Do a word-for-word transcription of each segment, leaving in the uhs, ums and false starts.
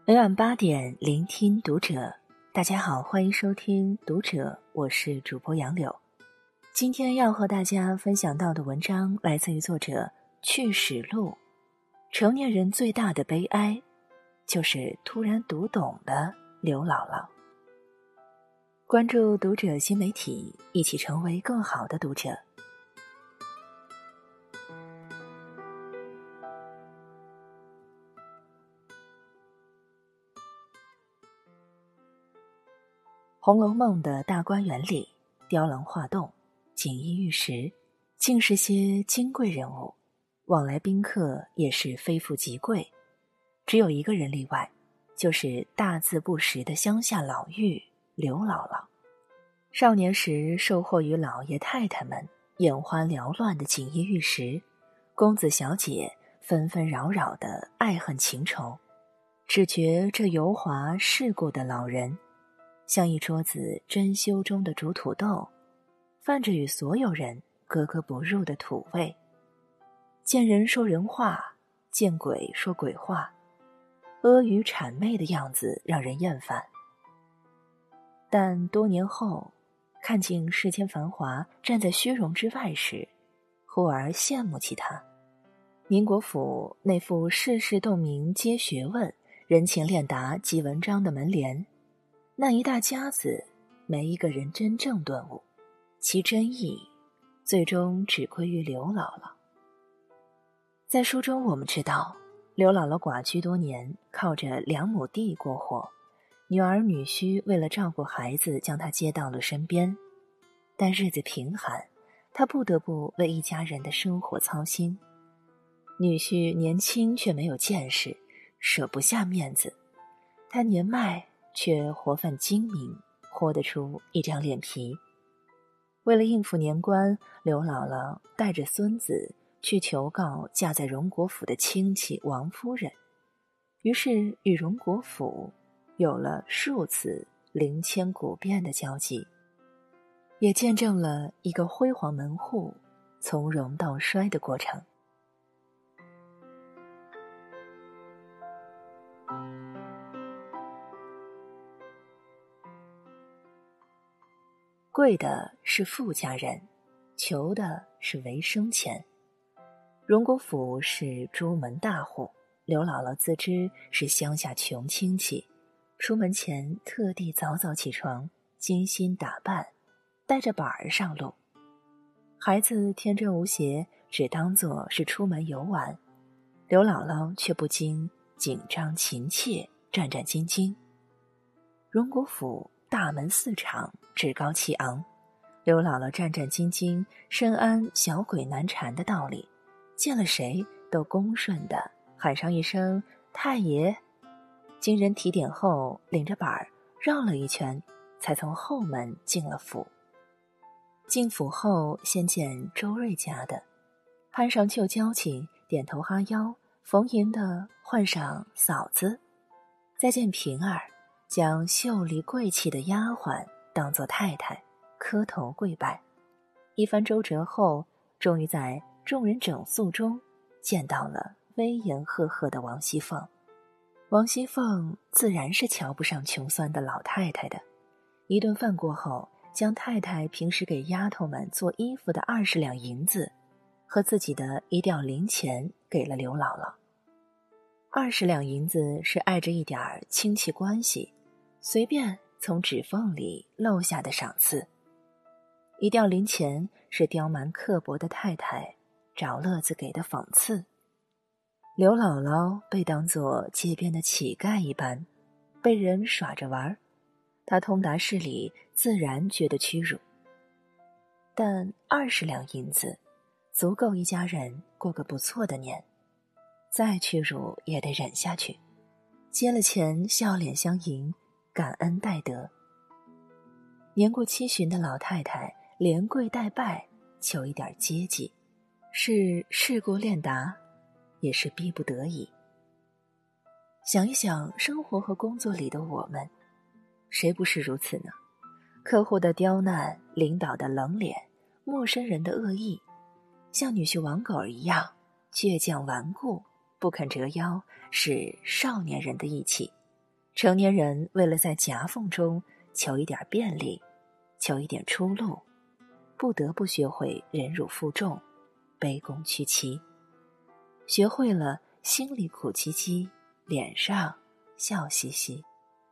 每晚八点，聆听读者。大家好，欢迎收听读者，我是主播杨柳。今天要和大家分享到的文章来自于作者去史录。成年人最大的悲哀，就是突然读懂了刘姥姥。关注读者新媒体，一起成为更好的读者。《红楼梦》的大观园里，雕廊画栋，锦衣玉食，尽是些金贵人物，往来宾客也是非富即贵。只有一个人例外，就是大字不识的乡下老妪刘姥姥。少年时受获于老爷太太们眼花缭乱的锦衣玉食，公子小姐纷纷扰扰的爱恨情仇，只觉这油滑世故的老人像一桌子珍馐中的煮土豆，泛着与所有人格格不入的土味。见人说人话，见鬼说鬼话，阿谀谄媚的样子让人厌烦。但多年后看尽世间繁华，站在虚荣之外时，忽而羡慕起他。宁国府那副世事洞明皆学问，人情练达即文章的门帘，那一大家子没一个人真正顿悟，其真意最终只归于刘姥姥。在书中我们知道，刘姥姥寡居多年，靠着两亩地过活，女儿女婿为了照顾孩子将她接到了身边，但日子贫寒，她不得不为一家人的生活操心。女婿年轻却没有见识，舍不下面子，他年迈却活泛精明，活得出一张脸皮。为了应付年关，刘姥姥带着孙子去求告嫁在荣国府的亲戚王夫人，于是与荣国府有了数次灵迁古变的交集，也见证了一个辉煌门户从荣到衰的过程。贵的是富家人，求的是维生钱。荣国府是朱门大户，刘姥姥自知是乡下穷亲戚，出门前特地早早起床，精心打扮，带着板儿上路。孩子天真无邪，只当作是出门游玩，刘姥姥却不禁紧张勤切，战战兢兢。荣国府大门四敞，趾高气昂，刘姥姥战战兢兢，深谙小鬼难缠的道理，见了谁都恭顺地喊上一声太爷。经人提点后，领着板儿绕了一圈，才从后门进了府。进府后，先见周瑞家的，攀上旧交情，点头哈腰，逢迎地唤上嫂子。再见平儿，将秀丽贵气的丫鬟当作太太，磕头跪拜。一番周折后，终于在众人整肃中见到了威严赫赫的王熙凤。王熙凤自然是瞧不上穷酸的老太太的，一顿饭过后，将太太平时给丫头们做衣服的二十两银子和自己的一吊零钱给了刘姥姥。二十两银子是碍着一点亲戚关系，随便从指缝里漏下的赏赐，一吊零钱是刁蛮刻薄的太太找乐子给的讽刺。刘姥姥被当作街边的乞丐一般，被人耍着玩，她通达事理，自然觉得屈辱。但二十两银子足够一家人过个不错的年，再屈辱也得忍下去，接了钱笑脸相迎，感恩戴德。年过七旬的老太太连跪带拜，求一点接济，是世故练达，也是逼不得已。想一想生活和工作里的我们，谁不是如此呢？客户的刁难，领导的冷脸，陌生人的恶意，像女婿王狗儿一样倔强顽固，不肯折腰，是少年人的义气。 成年人为了在夹缝中求一点便利，求一点出路，不得不学会忍辱负重，卑躬屈膝，学会了心里苦戚戚，脸上笑嘻嘻。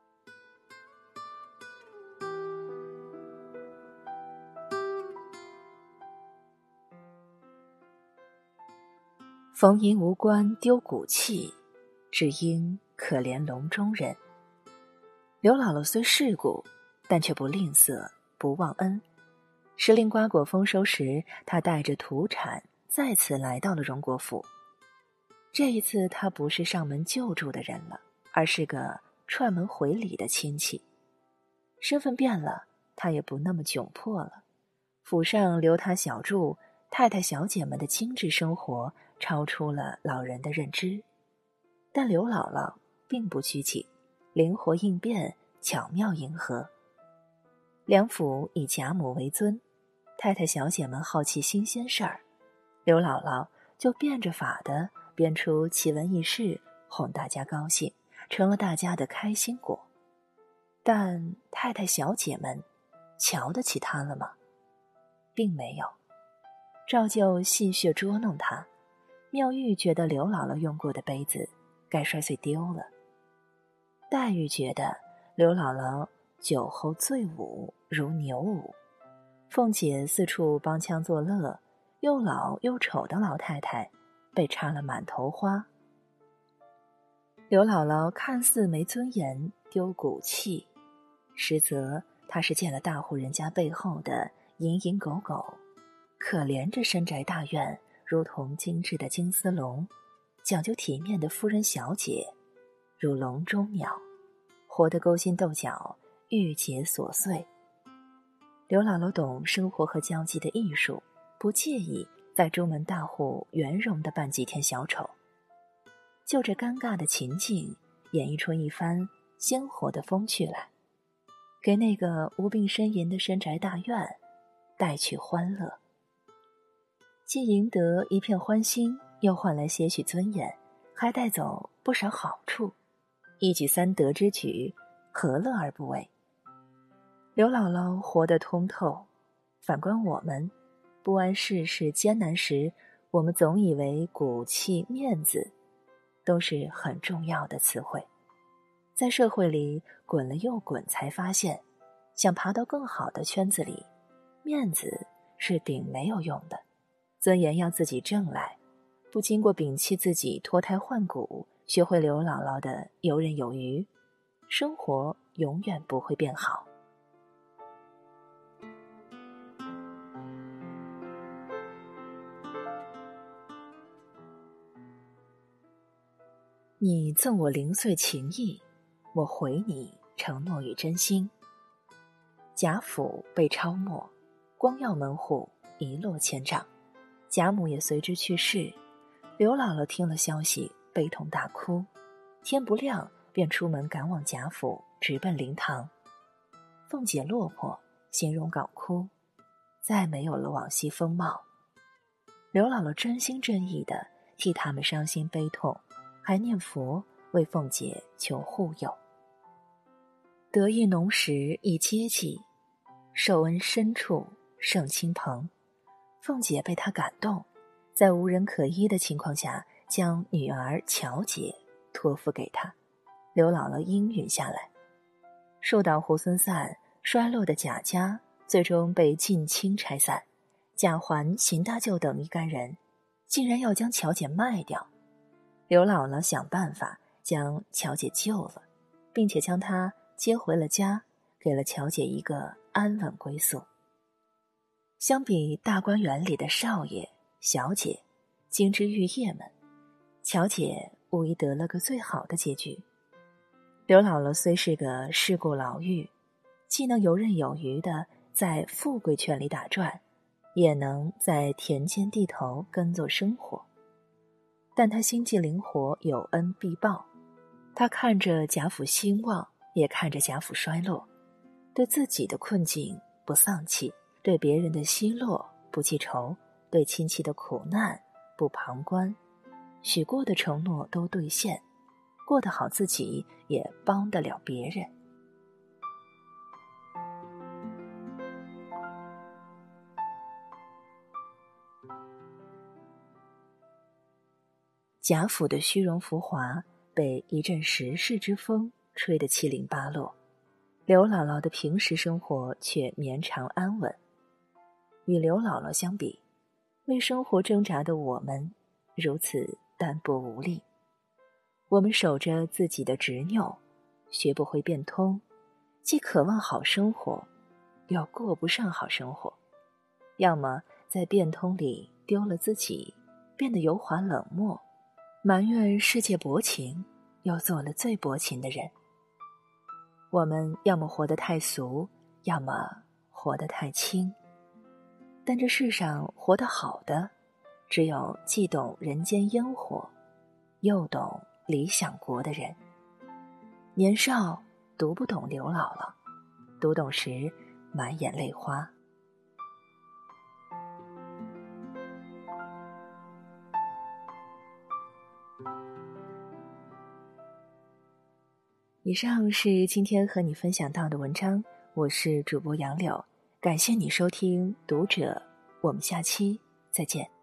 逢迎无关丢骨气，只因可怜笼中人。刘姥姥虽世故，但却不吝啬，不忘恩。时令瓜果丰收时，她带着土产再次来到了荣国府。这一次她不是上门救助的人了，而是个串门回礼的亲戚。身份变了，她也不那么窘迫了。府上留她小住，太太小姐们的精致生活超出了老人的认知。但刘姥姥并不拘谨，灵活应变，巧妙迎合。梁府以贾母为尊，太太小姐们好奇新鲜事儿，刘姥姥就变着法的编出奇闻异事，哄大家高兴，成了大家的开心果。但太太小姐们瞧得起她了吗？并没有，照旧戏谑捉弄她。妙玉觉得刘姥姥用过的杯子该摔碎丢了，黛玉觉得刘姥姥酒后醉舞如牛舞，凤姐四处帮腔作乐，又老又丑的老太太被插了满头花。刘姥姥看似没尊严丢骨气，实则她是见了大户人家背后的蝇营狗苟，可怜这深宅大院如同精致的金丝笼，讲究体面的夫人小姐如笼中鸟，活得勾心斗角，郁结琐碎。刘姥姥懂生活和交际的艺术，不介意在朱门大户圆融地扮几天小丑，就这尴尬的情境演绎出一番鲜活的风趣来，给那个无病呻吟的深宅大院带去欢乐。既赢得一片欢心，又换来些许尊严，还带走不少好处，一举三得之举，何乐而不为？刘姥姥活得通透，反观我们，不谙世事艰难时，我们总以为骨气面子都是很重要的词汇，在社会里滚了又滚，才发现想爬到更好的圈子里，面子是顶没有用的，尊严要自己挣来，不经过摒弃自己脱胎换骨，学会刘姥姥的游刃有余，生活永远不会变好。你赠我零碎情谊，我回你承诺与真心。贾府被抄没，光耀门户一落千丈，贾母也随之去世。刘姥姥听了消息，悲痛大哭，天不亮便出门赶往贾府，直奔灵堂。凤姐落魄，形容稿枯，再没有了往昔风貌。刘姥姥真心真意地替他们伤心悲痛，还念佛为凤姐求护佑。得意浓时亦接济，受恩深处胜亲朋。凤姐被他感动，在无人可依的情况下，将女儿乔姐托付给他。刘姥姥应允下来。树倒猢狲散，衰落的贾家最终被近亲拆散。贾环、邢大舅等一干人竟然要将乔姐卖掉。刘姥姥想办法将乔姐救了，并且将她接回了家，给了乔姐一个安稳归宿。相比大观园里的少爷、小姐、金枝玉叶们，乔姐无疑得了个最好的结局。刘姥姥虽是个世故老妪，既能游刃有余地在富贵圈里打转，也能在田间地头耕作生活，但她心计灵活，有恩必报。她看着贾府兴旺，也看着贾府衰落，对自己的困境不丧气，对别人的奚落不记仇，对亲戚的苦难不旁观，许过的承诺都兑现， 过得好自己，也帮得了别人。贾府的虚荣浮华被一阵时势之风吹得七零八落，刘姥姥的平时生活却绵长安稳。与刘姥姥相比，为生活挣扎的我们如此单薄无力。我们守着自己的执拗，学不会变通，既渴望好生活，又过不上好生活，要么在变通里丢了自己，变得油滑冷漠，埋怨世界薄情，又做了最薄情的人。我们要么活得太俗，要么活得太轻。但这世上活得好的，只有既懂人间烟火，又懂理想国的人。年少读不懂刘姥姥，读懂时满眼泪花。以上是今天和你分享到的文章，我是主播杨柳，感谢你收听读者，我们下期再见。